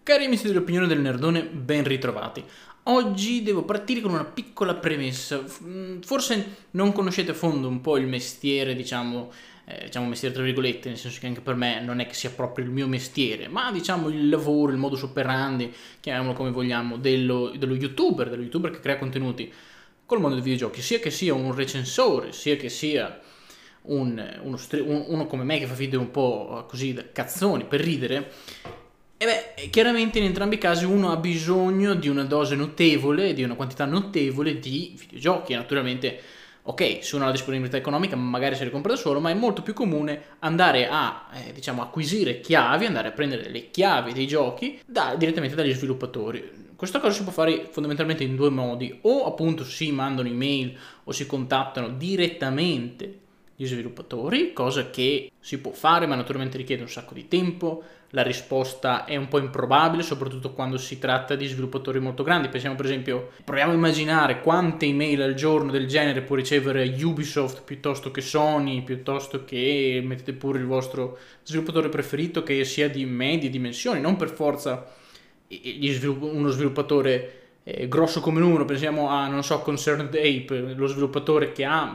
Cari amici dell'opinione del Nerdone, ben ritrovati. Oggi devo partire con una piccola premessa. Forse non conoscete a fondo un po' il mestiere, diciamo mestiere tra virgolette, nel senso che anche per me non è che sia proprio il mio mestiere, ma diciamo il lavoro, il modus operandi, chiamiamolo come vogliamo, dello youtuber che crea contenuti col mondo dei videogiochi, sia che sia un recensore, sia che sia uno come me che fa video un po' così da cazzoni per ridere. E beh, chiaramente in entrambi i casi uno ha bisogno di una dose notevole, di una quantità notevole di videogiochi. Naturalmente, ok, se uno ha la disponibilità economica magari se li compra da solo, ma è molto più comune andare a, acquisire chiavi, andare a prendere le chiavi dei giochi direttamente dagli sviluppatori. Questa cosa si può fare fondamentalmente in due modi: o appunto si mandano email o si contattano direttamente gli sviluppatori, cosa che si può fare ma naturalmente richiede un sacco di tempo. La risposta è un po' improbabile, soprattutto quando si tratta di sviluppatori molto grandi. Pensiamo per esempio, proviamo a immaginare quante email al giorno del genere può ricevere Ubisoft piuttosto che Sony, piuttosto che mettete pure il vostro sviluppatore preferito che sia di medie dimensioni, non per forza uno sviluppatore grosso come numero. Pensiamo a, non so, Concerned Ape, lo sviluppatore che ha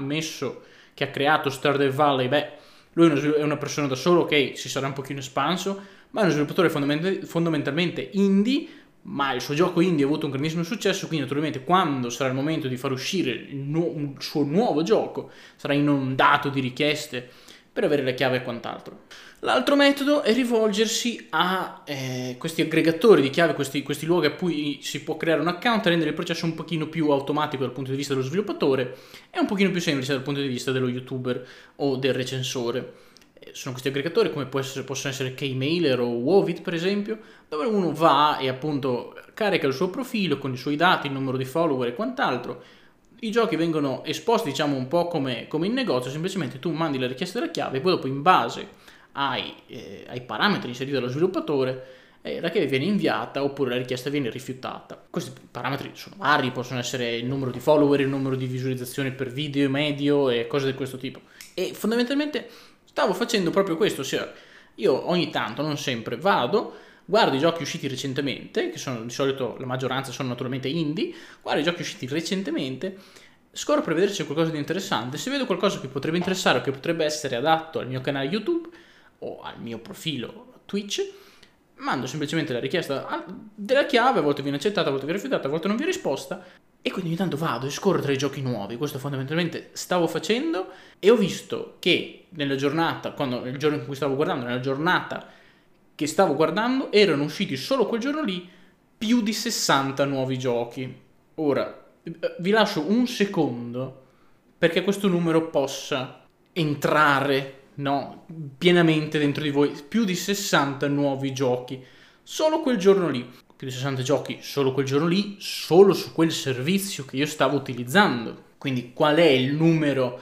creato Stardew Valley. Beh, lui è una persona da solo, ok, si sarà un pochino espanso, ma è uno sviluppatore fondamentalmente indie, ma il suo gioco indie ha avuto un grandissimo successo, quindi naturalmente quando sarà il momento di far uscire il suo nuovo gioco sarà inondato di richieste per avere la chiave e quant'altro. L'altro metodo è rivolgersi a questi aggregatori di chiave, questi luoghi a cui si può creare un account, rendere il processo un pochino più automatico dal punto di vista dello sviluppatore e un pochino più semplice dal punto di vista dello youtuber o del recensore. Sono questi aggregatori come possono essere Keymailer o Wovit per esempio, dove uno va e appunto carica il suo profilo con i suoi dati, il numero di follower e quant'altro. I giochi vengono esposti, diciamo, un po' come in negozio. Semplicemente tu mandi la richiesta della chiave e poi dopo, in base ai parametri inseriti dallo sviluppatore, la chiave viene inviata oppure la richiesta viene rifiutata. Questi parametri sono vari, possono essere il numero di follower, il numero di visualizzazioni per video medio e cose di questo tipo. E fondamentalmente stavo facendo proprio questo, ossia io ogni tanto, non sempre, guardo i giochi usciti recentemente, che sono di solito, la maggioranza sono naturalmente indie, guardo i giochi usciti recentemente, scorro per vedere se c'è qualcosa di interessante. Se vedo qualcosa che potrebbe interessare o che potrebbe essere adatto al mio canale YouTube o al mio profilo Twitch, mando semplicemente la richiesta della chiave, a volte viene accettata, a volte viene rifiutata, a volte non viene risposta, e quindi ogni tanto vado e scorro tra i giochi nuovi. Questo fondamentalmente stavo facendo e ho visto che nella giornata, il giorno in cui stavo guardando, nella giornata che stavo guardando, erano usciti solo quel giorno lì più di 60 nuovi giochi. Ora, vi lascio un secondo perché questo numero possa entrare pienamente dentro di voi. Più di 60 nuovi giochi solo quel giorno lì. Più di 60 giochi solo quel giorno lì, solo su quel servizio che io stavo utilizzando. Quindi qual è il numero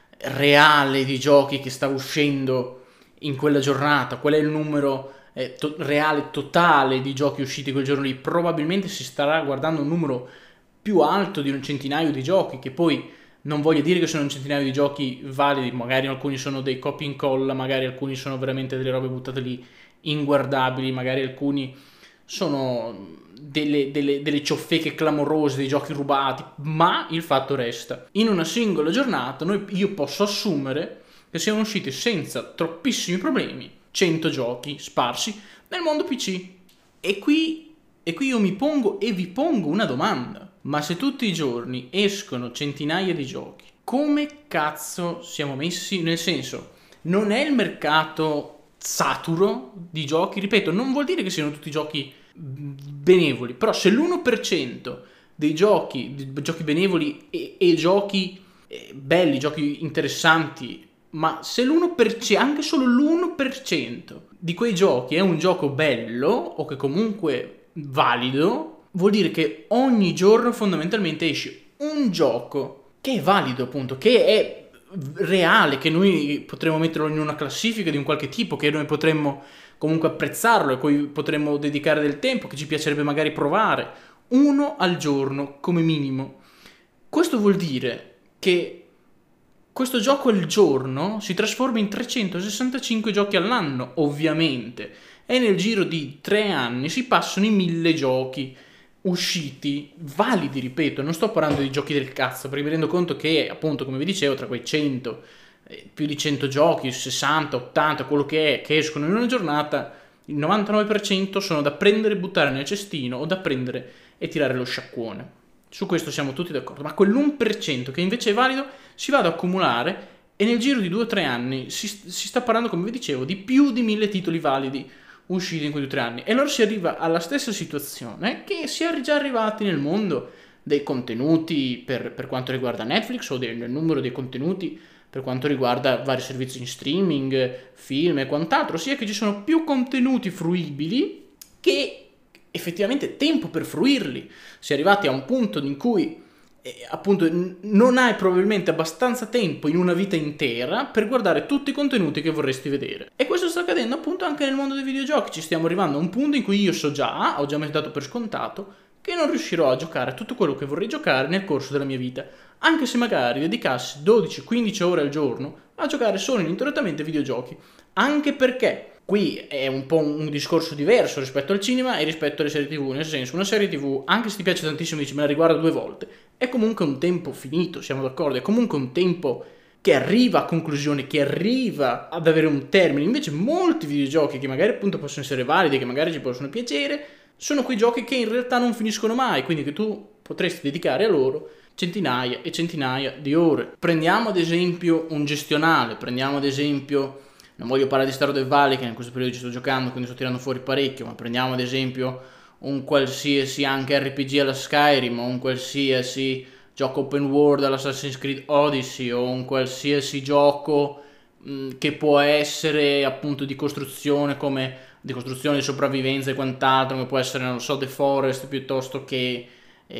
reale di giochi che stava uscendo in quella giornata? Qual è il numero reale totale di giochi usciti quel giorno lì? Probabilmente si starà guardando un numero più alto di un centinaio di giochi, che poi non voglio dire che sono un centinaio di giochi validi, magari alcuni sono dei copia e incolla, magari alcuni sono veramente delle robe buttate lì inguardabili, magari alcuni sono delle ciofeche clamorose, dei giochi rubati, ma il fatto resta: in una singola giornata io posso assumere che siano usciti senza troppissimi problemi 100 giochi sparsi nel mondo PC. E qui io mi pongo e vi pongo una domanda: ma se tutti i giorni escono centinaia di giochi, come cazzo siamo messi? Nel senso, non è il mercato saturo di giochi? Ripeto, non vuol dire che siano tutti giochi benevoli, però se l'1% dei giochi benevoli e giochi belli, giochi interessanti, ma se l'1%, anche solo l'1% di quei giochi è un gioco bello o che comunque valido, vuol dire che ogni giorno fondamentalmente esce un gioco che è valido, appunto, che è reale, che noi potremmo metterlo in una classifica di un qualche tipo, che noi potremmo comunque apprezzarlo, a cui potremmo dedicare del tempo, che ci piacerebbe magari provare. Uno al giorno come minimo. Questo vuol dire che questo gioco al giorno si trasforma in 365 giochi all'anno, ovviamente. e nel giro di 3 anni si passano i 1000 giochi usciti, validi, ripeto, non sto parlando di giochi del cazzo, perché mi rendo conto che, appunto, come vi dicevo, tra quei 100, più di 100 giochi, 60, 80, quello che è, che escono in una giornata, il 99% sono da prendere e buttare nel cestino o da prendere e tirare lo sciacquone. Su questo siamo tutti d'accordo, ma quell'1% che invece è valido si va ad accumulare e nel giro di 2 o 3 anni si sta parlando, come vi dicevo, di più di 1000 titoli validi usciti in quei 2 o 3 anni. E allora si arriva alla stessa situazione che si è già arrivati nel mondo dei contenuti per quanto riguarda Netflix o del numero dei contenuti per quanto riguarda vari servizi in streaming, film e quant'altro, sia che ci sono più contenuti fruibili che effettivamente tempo per fruirli. Si è arrivati a un punto in cui appunto non hai probabilmente abbastanza tempo in una vita intera per guardare tutti i contenuti che vorresti vedere. E questo sta accadendo appunto anche nel mondo dei videogiochi. Ci stiamo arrivando a un punto in cui io ho già dato per scontato che non riuscirò a giocare tutto quello che vorrei giocare nel corso della mia vita, anche se magari dedicassi 12-15 ore al giorno a giocare solo ininterrottamente videogiochi. Anche perché qui è un po' un discorso diverso rispetto al cinema e rispetto alle serie TV, nel senso, una serie TV, anche se ti piace tantissimo, dici me la riguardo 2 volte, è comunque un tempo finito, siamo d'accordo, è comunque un tempo che arriva a conclusione, che arriva ad avere un termine. Invece molti videogiochi che magari appunto possono essere validi, che magari ci possono piacere, sono quei giochi che in realtà non finiscono mai, quindi che tu potresti dedicare a loro centinaia e centinaia di ore. Prendiamo ad esempio un gestionale, prendiamo ad esempio, non voglio parlare di Stardew Valley che in questo periodo ci sto giocando, quindi sto tirando fuori parecchio, ma prendiamo ad esempio un qualsiasi anche RPG alla Skyrim, o un qualsiasi gioco open world all'Assassin's Creed Odyssey, o un qualsiasi gioco che può essere appunto di costruzione, come di costruzione, di sopravvivenza e quant'altro, come può essere, non lo so, The Forest, piuttosto che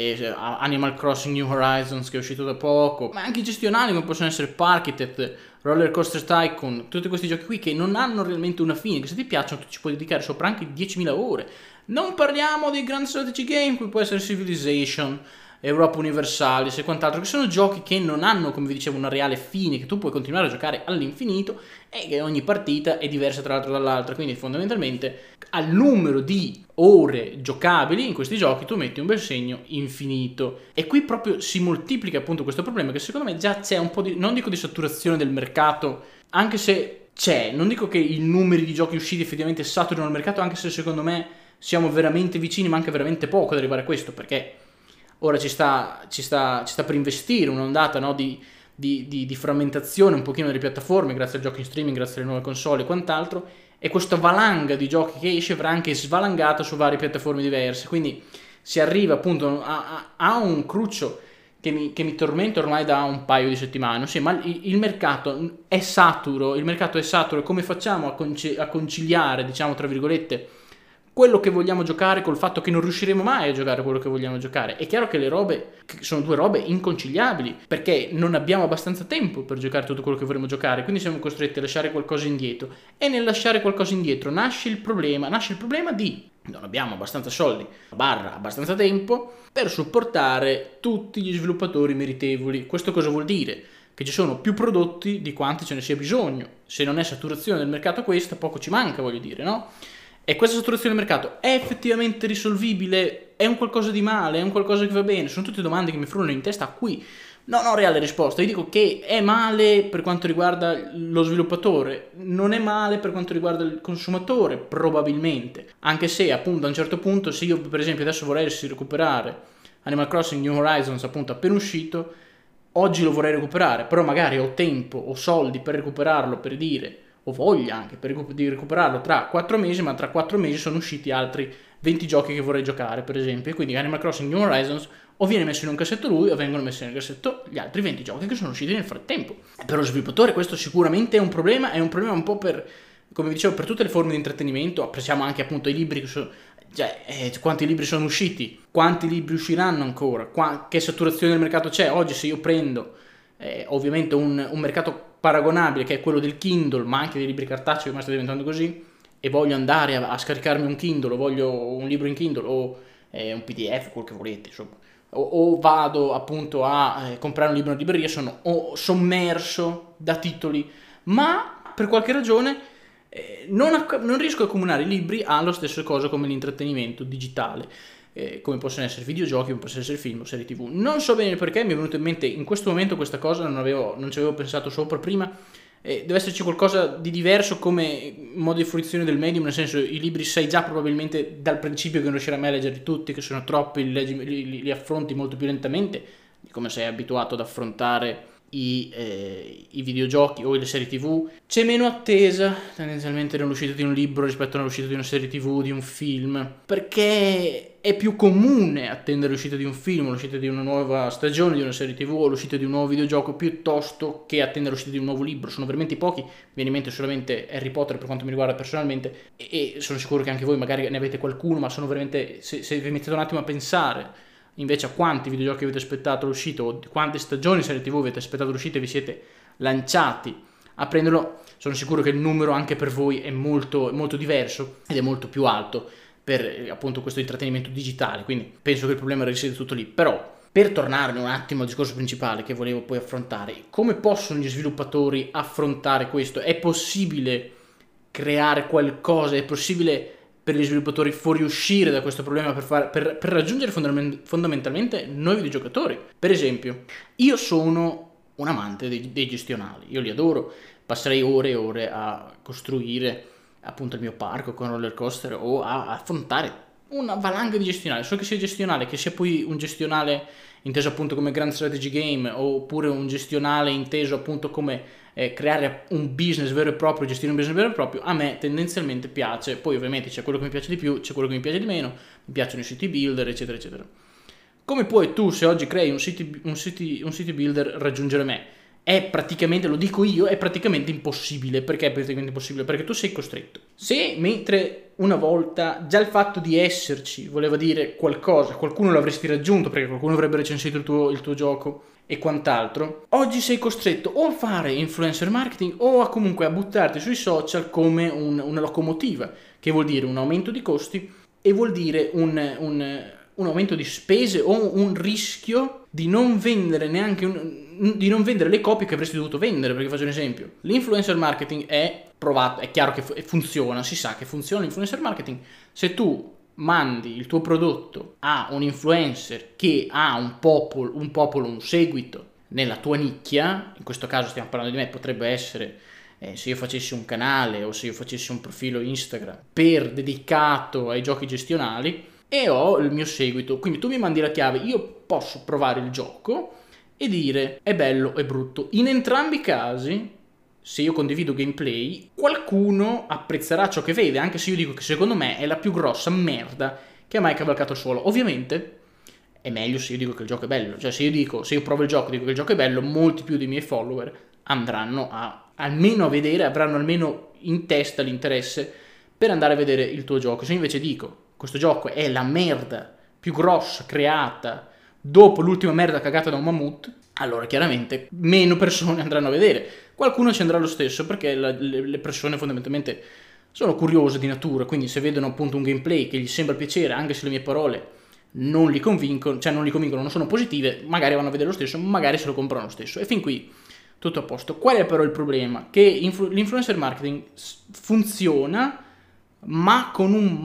Animal Crossing New Horizons che è uscito da poco, ma anche i gestionali come possono essere Parkitect, Roller Coaster Tycoon, tutti questi giochi qui che non hanno realmente una fine, che se ti piacciono tu ci puoi dedicare sopra anche 10.000 ore. Non parliamo dei Grand Strategy Game, come può essere Civilization, Europa Universalis e quant'altro, che sono giochi che non hanno, come vi dicevo, una reale fine, che tu puoi continuare a giocare all'infinito e che ogni partita è diversa tra l'altro dall'altra, quindi fondamentalmente al numero di ore giocabili in questi giochi tu metti un bel segno infinito. E qui proprio si moltiplica appunto questo problema, che secondo me già c'è un po' di, non dico di saturazione del mercato, anche se c'è, non dico che i numeri di giochi usciti effettivamente saturino il mercato, anche se secondo me siamo veramente vicini, manca veramente poco ad arrivare a questo, perché ora ci sta per investire un'ondata, no, di frammentazione un pochino delle piattaforme grazie ai giochi in streaming, grazie alle nuove console e quant'altro, e questa valanga di giochi che esce verrà anche svalangata su varie piattaforme diverse, quindi si arriva appunto a un cruccio che mi tormenta ormai da un paio di settimane. Sì, ma il mercato è saturo, e come facciamo a conciliare, diciamo tra virgolette, quello che vogliamo giocare col fatto che non riusciremo mai a giocare quello che vogliamo giocare? È chiaro che le robe sono 2 robe inconciliabili, perché non abbiamo abbastanza tempo per giocare tutto quello che vorremmo giocare, quindi siamo costretti a lasciare qualcosa indietro, e nel lasciare qualcosa indietro nasce il problema di non abbiamo abbastanza soldi, abbastanza tempo per supportare tutti gli sviluppatori meritevoli. Questo cosa vuol dire? Che ci sono più prodotti di quanti ce ne sia bisogno. Se non è saturazione del mercato questa, poco ci manca, voglio dire, no? E questa saturazione del mercato è effettivamente risolvibile? È un qualcosa di male? È un qualcosa che va bene? Sono tutte domande che mi frullano in testa a cui non ho reale risposta. Io dico che è male per quanto riguarda lo sviluppatore, non è male per quanto riguarda il consumatore, probabilmente. Anche se appunto a un certo punto, se io per esempio adesso volessi recuperare Animal Crossing New Horizons appunto appena uscito, oggi lo vorrei recuperare, però magari ho tempo o soldi per recuperarlo, per dire, o voglia anche di recuperarlo tra 4 mesi, ma tra 4 mesi sono usciti altri 20 giochi che vorrei giocare, per esempio, e quindi Animal Crossing New Horizons o viene messo in un cassetto lui o vengono messi nel cassetto gli altri 20 giochi che sono usciti nel frattempo. Per lo sviluppatore questo sicuramente è un problema un po' per, come vi dicevo, per tutte le forme di intrattenimento. Apprezziamo anche appunto i libri che sono, quanti libri sono usciti, quanti libri usciranno ancora, che saturazione del mercato c'è. Oggi se io prendo ovviamente un mercato paragonabile che è quello del Kindle, ma anche dei libri cartacei, ormai sta diventando così, e voglio andare a scaricarmi un Kindle, o voglio un libro in Kindle o un PDF, quel che volete, insomma, o vado appunto a comprare un libro in libreria, sono sommerso da titoli, ma per qualche ragione Non riesco a accomunare i libri alla stessa cosa come l'intrattenimento digitale, come possono essere videogiochi, come possono essere film o serie TV. Non so bene perché, mi è venuto in mente in questo momento questa cosa, non ci avevo pensato sopra prima. Deve esserci qualcosa di diverso come modo di fruizione del medium, nel senso, i libri sai già probabilmente dal principio che non riuscirai mai a leggerli tutti, che sono troppi, li affronti molto più lentamente di come sei abituato ad affrontare i videogiochi o le serie TV. C'è meno attesa tendenzialmente nell'uscita di un libro rispetto all'uscita di una serie TV, di un film, perché è più comune attendere l'uscita di un film, l'uscita di una nuova stagione di una serie TV o l'uscita di un nuovo videogioco piuttosto che attendere l'uscita di un nuovo libro. Sono veramente pochi, mi viene in mente solamente Harry Potter per quanto mi riguarda personalmente, e sono sicuro che anche voi magari ne avete qualcuno, ma sono veramente, se vi mettete un attimo a pensare invece a quanti videogiochi avete aspettato l'uscita o di quante stagioni serie TV avete aspettato l'uscita e vi siete lanciati a prenderlo, sono sicuro che il numero anche per voi è molto, molto diverso ed è molto più alto per appunto questo intrattenimento digitale, quindi penso che il problema risiede tutto lì. Però per tornare un attimo al discorso principale che volevo poi affrontare, come possono gli sviluppatori affrontare questo? È possibile creare qualcosa? È possibile per gli sviluppatori fuoriuscire da questo problema per raggiungere fondamentalmente noi videogiocatori? Per esempio, io sono un amante dei gestionali, io li adoro, passerei ore e ore a costruire appunto il mio parco con roller coaster o a affrontare una valanga di gestionali, so che sia gestionale, che sia poi un gestionale inteso appunto come grand strategy game oppure un gestionale inteso appunto come creare un business vero e proprio, gestire un business vero e proprio, a me tendenzialmente piace. Poi ovviamente c'è quello che mi piace di più, c'è quello che mi piace di meno, mi piacciono i city builder eccetera eccetera. Come puoi tu, se oggi crei un city builder, raggiungere me? È praticamente, lo dico io, è praticamente impossibile. Perché è praticamente impossibile? Perché tu sei costretto. Se mentre una volta già il fatto di esserci voleva dire qualcosa, qualcuno l'avresti raggiunto perché qualcuno avrebbe recensito il tuo gioco e quant'altro, oggi sei costretto o a fare influencer marketing o a comunque a buttarti sui social come una locomotiva, che vuol dire un aumento di costi e vuol dire un aumento di spese o un rischio di non vendere di non vendere le copie che avresti dovuto vendere. Perché faccio un esempio: l'influencer marketing è provato, è chiaro che funziona, si sa che funziona l'influencer marketing. Se tu mandi il tuo prodotto a un influencer che ha un popolo, un seguito nella tua nicchia, in questo caso stiamo parlando di me, potrebbe essere se io facessi un canale o se io facessi un profilo Instagram dedicato ai giochi gestionali e ho il mio seguito, quindi tu mi mandi la chiave, io posso provare il gioco e dire è bello, è brutto. In entrambi i casi, se io condivido gameplay, qualcuno apprezzerà ciò che vede, anche se io dico che secondo me è la più grossa merda che ha mai cavalcato il suolo. Ovviamente è meglio se io dico che il gioco è bello, cioè se io provo il gioco e dico che il gioco è bello, molti più dei miei follower andranno almeno a vedere, avranno almeno in testa l'interesse per andare a vedere il tuo gioco. Se invece dico questo gioco è la merda più grossa creata dopo l'ultima merda cagata da un mammut, allora chiaramente meno persone andranno a vedere. Qualcuno ci andrà lo stesso perché le persone fondamentalmente sono curiose di natura, quindi se vedono appunto un gameplay che gli sembra piacere, anche se le mie parole non li convincono, non sono positive, magari vanno a vedere lo stesso, magari se lo comprano lo stesso. E fin qui tutto a posto. Qual è però il problema? Che l'influencer marketing funziona, ma con un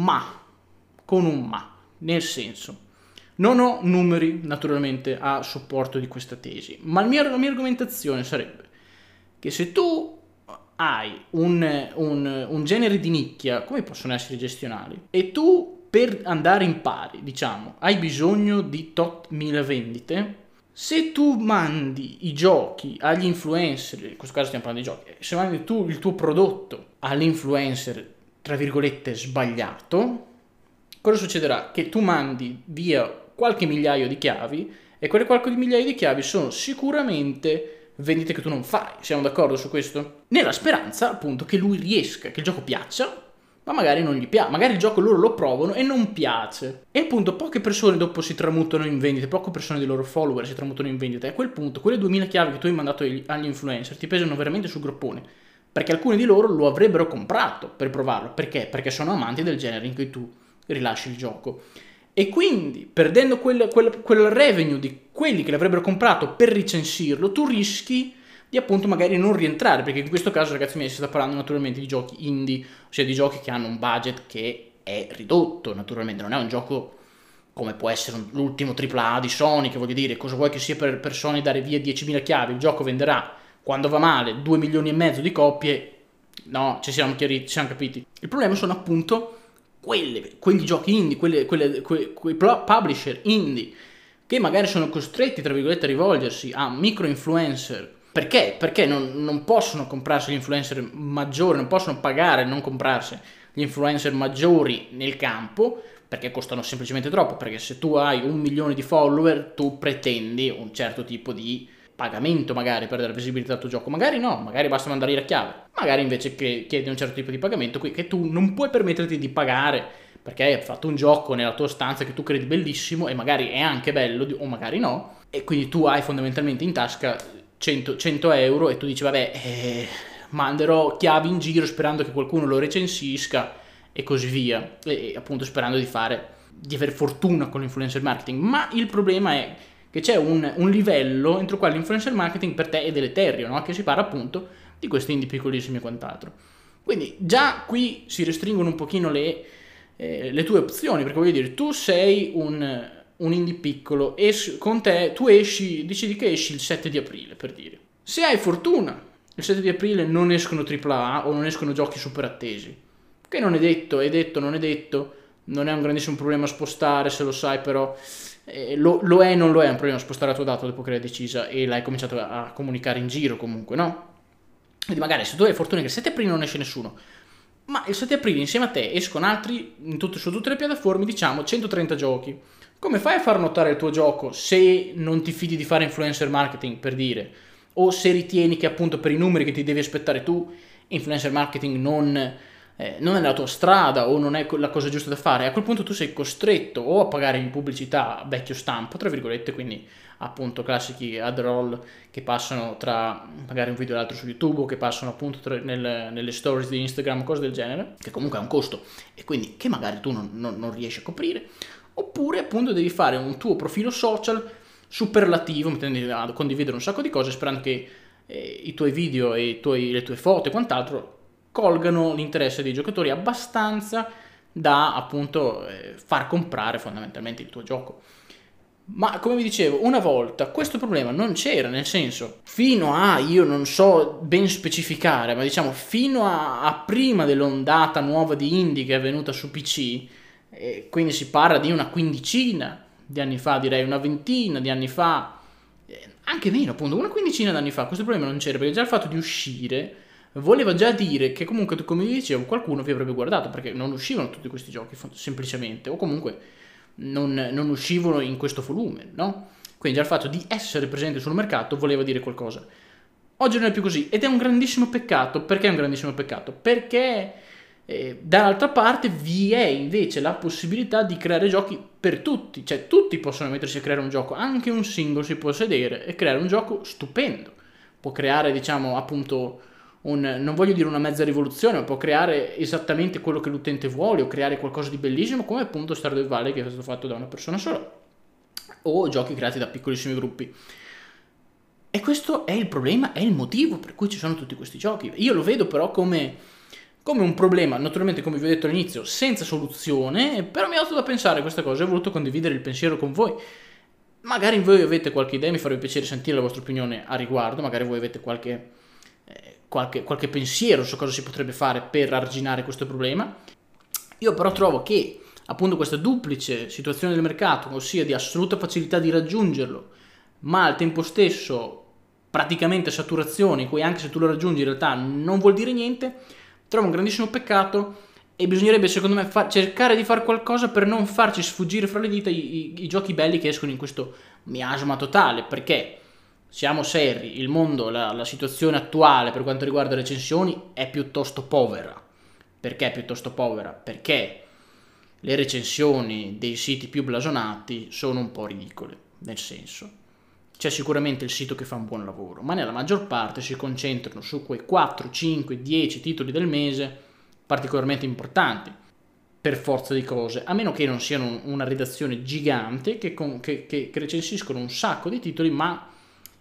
ma, nel senso, non ho numeri naturalmente a supporto di questa tesi, ma la mia argomentazione sarebbe che se tu hai un genere di nicchia, come possono essere i gestionali, e tu per andare in pari, diciamo, hai bisogno di tot mila vendite, se tu mandi i giochi agli influencer, in questo caso stiamo parlando di giochi, se mandi tu il tuo prodotto all'influencer, tra virgolette, sbagliato, cosa succederà? Che tu mandi via qualche migliaio di chiavi e quelle qualche migliaio di chiavi sono sicuramente vendite che tu non fai. Siamo d'accordo su questo? Nella speranza appunto che lui riesca, che il gioco piaccia, ma magari non gli piace, magari il gioco loro lo provano e non piace. E appunto poche persone dopo si tramutano in vendite, poche persone dei loro follower si tramutano in vendite. E a quel punto quelle 2000 chiavi che tu hai mandato agli influencer ti pesano veramente sul groppone, perché alcuni di loro lo avrebbero comprato per provarlo. Perché? Perché sono amanti del genere in cui tu rilasci il gioco. E quindi perdendo quel revenue di quelli che l'avrebbero comprato per recensirlo, tu rischi di appunto magari non rientrare, perché in questo caso, ragazzi miei, si sta parlando naturalmente di giochi indie, ossia di giochi che hanno un budget che è ridotto, naturalmente, non è un gioco come può essere l'ultimo AAA di Sony, che voglio dire, cosa vuoi che sia per Sony dare via 10.000 chiavi, il gioco venderà, quando va male, 2 milioni e mezzo di copie, no, ci siamo capiti. Il problema sono appunto quegli giochi indie, quei publisher indie, che magari sono costretti, tra virgolette, a rivolgersi a micro influencer. Perché? Perché non possono comprarsi gli influencer maggiori, non possono pagare, non comprarsi gli influencer maggiori nel campo, perché costano semplicemente troppo, perché se tu hai 1 milione di follower, tu pretendi un certo tipo di pagamento magari per dare visibilità al tuo gioco, magari no, magari basta mandare la chiave, magari invece che chiedi un certo tipo di pagamento che tu non puoi permetterti di pagare, perché hai fatto un gioco nella tua stanza che tu credi bellissimo e magari è anche bello o magari no, e quindi tu hai fondamentalmente in tasca 100 euro e tu dici vabbè, manderò chiavi in giro sperando che qualcuno lo recensisca e così via, e appunto sperando di avere fortuna con l'influencer marketing. Ma il problema è che c'è un livello entro il quale l'influencer marketing per te è deleterio, no? Che si parla appunto di questi indie piccolissimi e quant'altro. Quindi già qui si restringono un pochino le tue opzioni, perché voglio dire, tu sei un indie piccolo, con te tu decidi che esci il 7 di aprile, per dire. Se hai fortuna, il 7 di aprile non escono AAA o non escono giochi super attesi, che non è detto, non è detto, non è un grandissimo problema spostare, se lo sai, però lo è, non lo è un problema spostare la tua data dopo che l'hai decisa e l'hai cominciato a comunicare in giro comunque, no? Quindi magari se tu hai fortuna che il 7 aprile non esce nessuno, ma il 7 aprile insieme a te escono altri, su tutte le piattaforme, diciamo 130 giochi. Come fai a far notare il tuo gioco se non ti fidi di fare influencer marketing, per dire? O se ritieni che appunto per i numeri che ti devi aspettare tu, influencer marketing non è la tua strada o non è la cosa giusta da fare, a quel punto tu sei costretto o a pagare in pubblicità a vecchio stampo, tra virgolette, quindi appunto classici ad roll che passano tra magari un video e l'altro su YouTube o che passano appunto nelle stories di Instagram, cose del genere, che comunque ha un costo e quindi che magari tu non riesci a coprire, oppure appunto devi fare un tuo profilo social superlativo, mettendo a condividere un sacco di cose sperando che i tuoi video e le tue foto e quant'altro colgano l'interesse dei giocatori abbastanza da appunto far comprare fondamentalmente il tuo gioco. Ma come vi dicevo, una volta questo problema non c'era, nel senso, fino a, io non so ben specificare, ma diciamo fino a prima dell'ondata nuova di indie che è venuta su PC, quindi si parla di una quindicina di anni fa, direi una ventina di anni fa, anche meno appunto, una quindicina di anni fa, questo problema non c'era, perché già il fatto di uscire voleva già dire che comunque, come vi dicevo, qualcuno vi avrebbe guardato, perché non uscivano tutti questi giochi semplicemente, o comunque non uscivano in questo volume, no? Quindi già il fatto di essere presente sul mercato voleva dire qualcosa. Oggi non è più così ed è un grandissimo peccato. Perché è un grandissimo peccato? Perché dall'altra parte vi è invece la possibilità di creare giochi per tutti, cioè tutti possono mettersi a creare un gioco, anche un singolo si può sedere e creare un gioco stupendo, può creare, diciamo, appunto non voglio dire una mezza rivoluzione, ma può creare esattamente quello che l'utente vuole o creare qualcosa di bellissimo, come appunto Stardew Valley, che è stato fatto da una persona sola, o giochi creati da piccolissimi gruppi. E questo è il problema, è il motivo per cui ci sono tutti questi giochi. Io lo vedo però come un problema, naturalmente, come vi ho detto all'inizio, senza soluzione, però mi ha dato da pensare a questa cosa e ho voluto condividere il pensiero con voi. Magari voi avete qualche idea, mi farebbe piacere sentire la vostra opinione a riguardo, magari voi avete qualche pensiero su cosa si potrebbe fare per arginare questo problema. Io però trovo che appunto questa duplice situazione del mercato, ossia di assoluta facilità di raggiungerlo, ma al tempo stesso praticamente saturazione, in cui anche se tu lo raggiungi in realtà non vuol dire niente, trovo un grandissimo peccato e bisognerebbe secondo me cercare di fare qualcosa per non farci sfuggire fra le dita i giochi belli che escono in questo miasma totale, perché siamo seri, il mondo, la situazione attuale per quanto riguarda le recensioni è piuttosto povera. Perché è piuttosto povera? Perché le recensioni dei siti più blasonati sono un po' ridicole, nel senso, c'è sicuramente il sito che fa un buon lavoro, ma nella maggior parte si concentrano su quei 4, 5, 10 titoli del mese particolarmente importanti, per forza di cose, a meno che non siano una redazione gigante che recensiscono un sacco di titoli, ma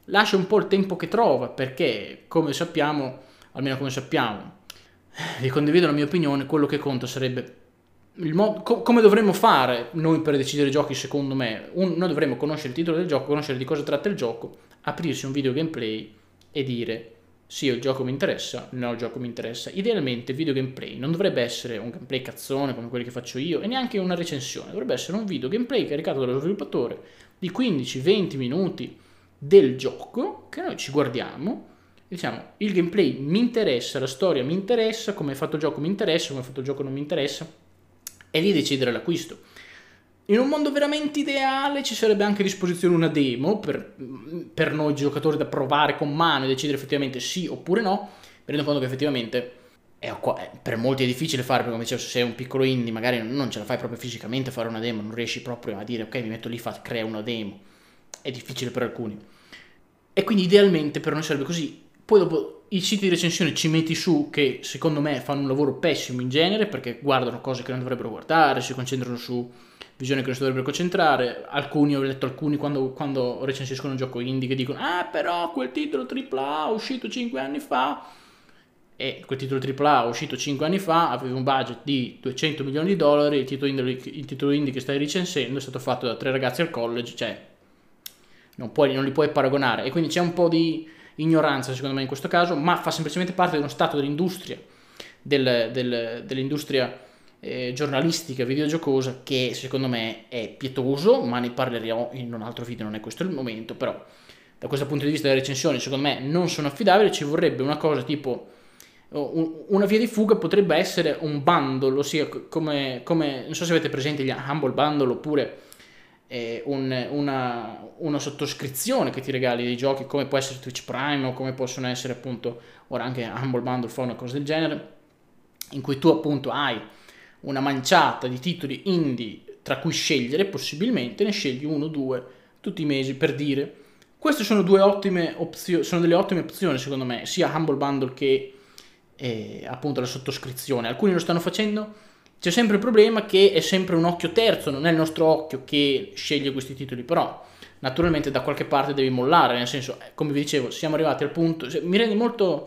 lascia un po' il tempo che trova, perché come sappiamo, almeno come sappiamo, vi condivido la mia opinione, quello che conta sarebbe il come dovremmo fare noi per decidere i giochi. Secondo me noi dovremmo conoscere il titolo del gioco, conoscere di cosa tratta il gioco, aprirsi un video gameplay e dire sì, il gioco mi interessa, no, il gioco mi interessa. Idealmente il video gameplay non dovrebbe essere un gameplay cazzone come quelli che faccio io e neanche una recensione, dovrebbe essere un video gameplay caricato dallo sviluppatore di 15-20 minuti del gioco che noi ci guardiamo. Diciamo, il gameplay mi interessa, la storia mi interessa, come è fatto il gioco mi interessa, come è fatto il gioco non mi interessa, e lì decidere l'acquisto. In un mondo veramente ideale ci sarebbe anche a disposizione una demo per noi giocatori da provare con mano e decidere effettivamente sì oppure no. Mi rendo conto che effettivamente per molti è difficile fare, perché come dicevo, se sei un piccolo indie magari non ce la fai proprio fisicamente a fare una demo, non riesci proprio a dire ok, mi metto lì, crea una demo, è difficile per alcuni, e quindi idealmente per noi sarebbe così. Poi dopo i siti di recensione ci metti su che secondo me fanno un lavoro pessimo in genere, perché guardano cose che non dovrebbero guardare, si concentrano su visioni che non si dovrebbero concentrare. Alcuni, ho letto alcuni quando recensiscono un gioco indie che dicono però quel titolo AAA è uscito 5 anni fa, e quel titolo AAA uscito 5 anni fa aveva un budget di $200 milioni, il titolo indie che stai recensendo è stato fatto da 3 ragazzi al college, cioè non li puoi paragonare, e quindi c'è un po' di ignoranza secondo me in questo caso, ma fa semplicemente parte di uno stato dell'industria, dell'industria giornalistica videogiocosa, che secondo me è pietoso, ma ne parlerò in un altro video, non è questo il momento. Però da questo punto di vista le recensioni secondo me non sono affidabili, ci vorrebbe una cosa tipo una via di fuga, potrebbe essere un bundle, ossia come non so se avete presente gli Humble Bundle, oppure una sottoscrizione che ti regali dei giochi, come può essere Twitch Prime, o come possono essere appunto ora anche Humble Bundle fa una cosa del genere, in cui tu appunto hai una manciata di titoli indie tra cui scegliere, possibilmente ne scegli 1 o 2 tutti i mesi, per dire. Queste sono delle ottime opzioni secondo me, sia Humble Bundle che appunto la sottoscrizione. Alcuni lo stanno facendo, c'è sempre il problema che è sempre un occhio terzo, non è il nostro occhio che sceglie questi titoli, però naturalmente da qualche parte devi mollare, nel senso, come vi dicevo, siamo arrivati al punto, mi rende molto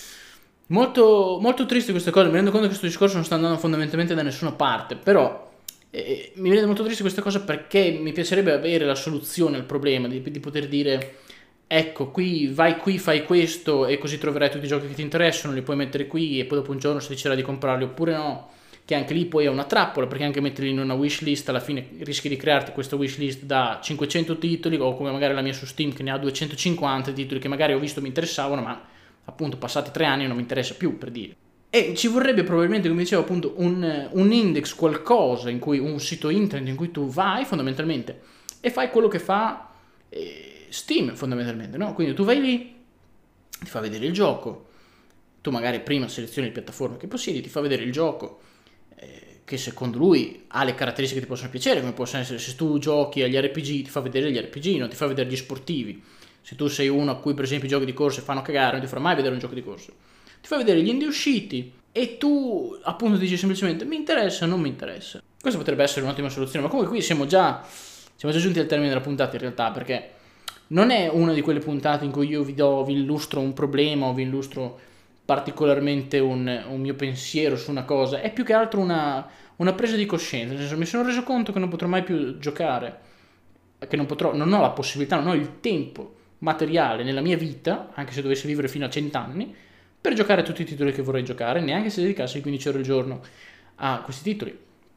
triste questa cosa, mi rendo conto che questo discorso non sta andando fondamentalmente da nessuna parte, però mi rende molto triste questa cosa, perché mi piacerebbe avere la soluzione al problema, di poter dire ecco, vai qui, fai questo e così troverai tutti i giochi che ti interessano, li puoi mettere qui e poi dopo un giorno si deciderà di comprarli oppure no, che anche lì poi è una trappola, perché anche metterli in una wishlist alla fine rischi di crearti questa wishlist da 500 titoli, o come magari la mia su Steam che ne ha 250 titoli che magari ho visto mi interessavano, ma appunto passati 3 anni non mi interessa più, per dire. E ci vorrebbe probabilmente, come dicevo appunto, un index, qualcosa in cui, un sito internet in cui tu vai fondamentalmente e fai quello che fa Steam fondamentalmente, no? Quindi tu vai lì, ti fa vedere il gioco, tu magari prima selezioni le piattaforme che possiedi, ti fa vedere il gioco che secondo lui ha le caratteristiche che ti possono piacere, come possono essere, se tu giochi agli RPG ti fa vedere gli RPG, non ti fa vedere gli sportivi. Se tu sei uno a cui per esempio i giochi di corse fanno cagare, non ti farà mai vedere un gioco di corse, ti fa vedere gli indie usciti e tu appunto dici semplicemente mi interessa o non mi interessa. Questa potrebbe essere un'ottima soluzione, ma comunque qui siamo già giunti al termine della puntata in realtà, perché non è una di quelle puntate in cui io vi illustro un problema o vi illustro particolarmente un mio pensiero su una cosa, è più che altro una presa di coscienza, nel senso, mi sono reso conto che non potrò mai più giocare, che non ho la possibilità, non ho il tempo materiale nella mia vita, anche se dovessi vivere fino a 100 anni, per giocare tutti i titoli che vorrei giocare, neanche se dedicassi 15 ore al giorno a questi titoli.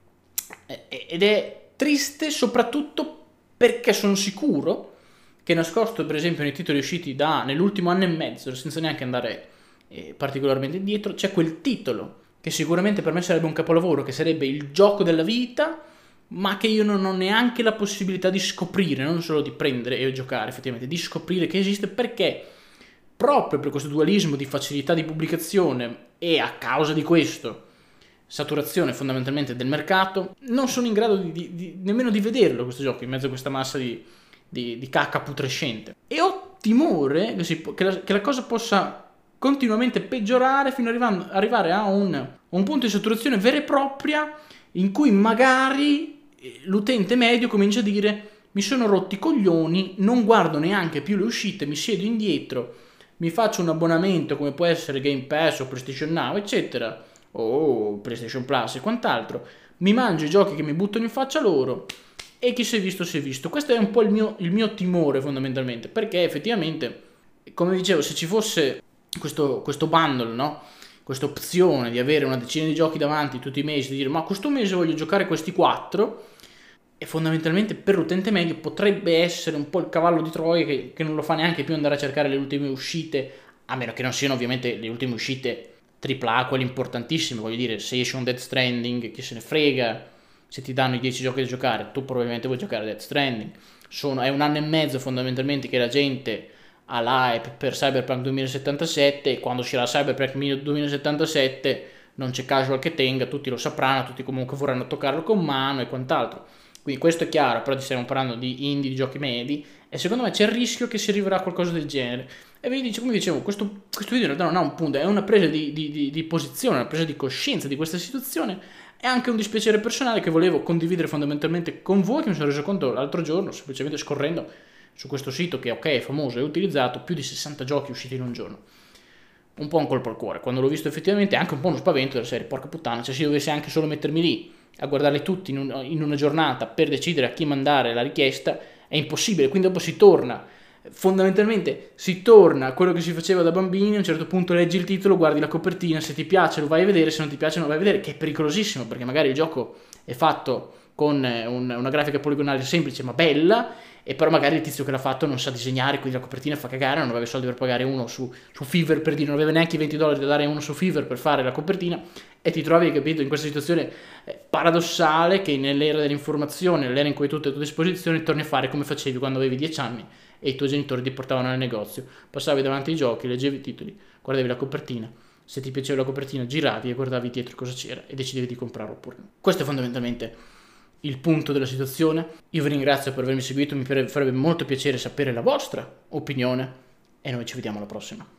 Ed è triste soprattutto perché sono sicuro che nascosto per esempio nei titoli usciti nell'ultimo anno e mezzo, senza neanche andare particolarmente indietro, c'è quel titolo che sicuramente per me sarebbe un capolavoro, che sarebbe il gioco della vita, ma che io non ho neanche la possibilità di scoprire, non solo di prendere e giocare effettivamente, di scoprire che esiste, perché proprio per questo dualismo di facilità di pubblicazione e a causa di questo saturazione fondamentalmente del mercato, non sono in grado nemmeno di vederlo questo gioco in mezzo a questa massa di cacca putrescente, e ho timore che la cosa possa continuamente peggiorare fino ad arrivare a un punto di saturazione vera e propria, in cui magari l'utente medio comincia a dire mi sono rotti i coglioni, non guardo neanche più le uscite, mi siedo indietro, mi faccio un abbonamento come può essere Game Pass o PlayStation Now, eccetera, o PlayStation Plus e quant'altro, mi mangio i giochi che mi buttano in faccia loro e chi si è visto si è visto. Questo è un po' il mio timore fondamentalmente, perché effettivamente, come dicevo, se ci fosse questo bundle, no? Questa opzione di avere una decina di giochi davanti tutti i mesi, di dire ma questo mese voglio giocare questi 4, e fondamentalmente per l'utente medio potrebbe essere un po' il cavallo di Troia che non lo fa neanche più andare a cercare le ultime uscite, a meno che non siano ovviamente le ultime uscite AAA, quelle importantissime. Voglio dire, se esce un Death Stranding, chi se ne frega, se ti danno i 10 giochi da giocare, tu probabilmente vuoi giocare Death Stranding. È un anno e mezzo fondamentalmente che la gente ha l'hype per Cyberpunk 2077, e quando uscirà Cyberpunk 2077 non c'è casual che tenga, tutti lo sapranno, tutti comunque vorranno toccarlo con mano e quant'altro. Quindi questo è chiaro, però stiamo parlando di indie, di giochi medi, e secondo me c'è il rischio che si arriverà a qualcosa del genere. E vi dico, come dicevo, questo video in realtà non ha un punto, è una presa di posizione, una presa di coscienza di questa situazione, è anche un dispiacere personale che volevo condividere fondamentalmente con voi, che mi sono reso conto l'altro giorno, semplicemente scorrendo su questo sito che ok è famoso e utilizzato, più di 60 giochi usciti in un giorno. Un po' un colpo al cuore, quando l'ho visto effettivamente anche un po' uno spavento della serie, porca puttana, cioè se io dovessi anche solo mettermi lì a guardarli tutti in una giornata per decidere a chi mandare la richiesta, è impossibile, quindi dopo si torna, fondamentalmente si torna a quello che si faceva da bambini. A un certo punto leggi il titolo, guardi la copertina, se ti piace lo vai a vedere, se non ti piace non lo vai a vedere, che è pericolosissimo, perché magari il gioco è fatto con una grafica poligonale semplice ma bella, e però magari il tizio che l'ha fatto non sa disegnare, quindi la copertina fa cagare, non aveva soldi per pagare uno su Fiverr, per dire, non aveva neanche i $20 da dare a uno su Fiverr per fare la copertina, e ti trovi, capito, in questa situazione paradossale che nell'era dell'informazione, nell'era in cui tutto è a tua disposizione, torni a fare come facevi quando avevi 10 anni e i tuoi genitori ti portavano al negozio, passavi davanti ai giochi, leggevi i titoli, guardavi la copertina, se ti piaceva la copertina giravi e guardavi dietro cosa c'era e decidevi di comprarlo oppure no. Questo è fondamentalmente il punto della situazione. Io vi ringrazio per avermi seguito, mi farebbe molto piacere sapere la vostra opinione e noi ci vediamo alla prossima.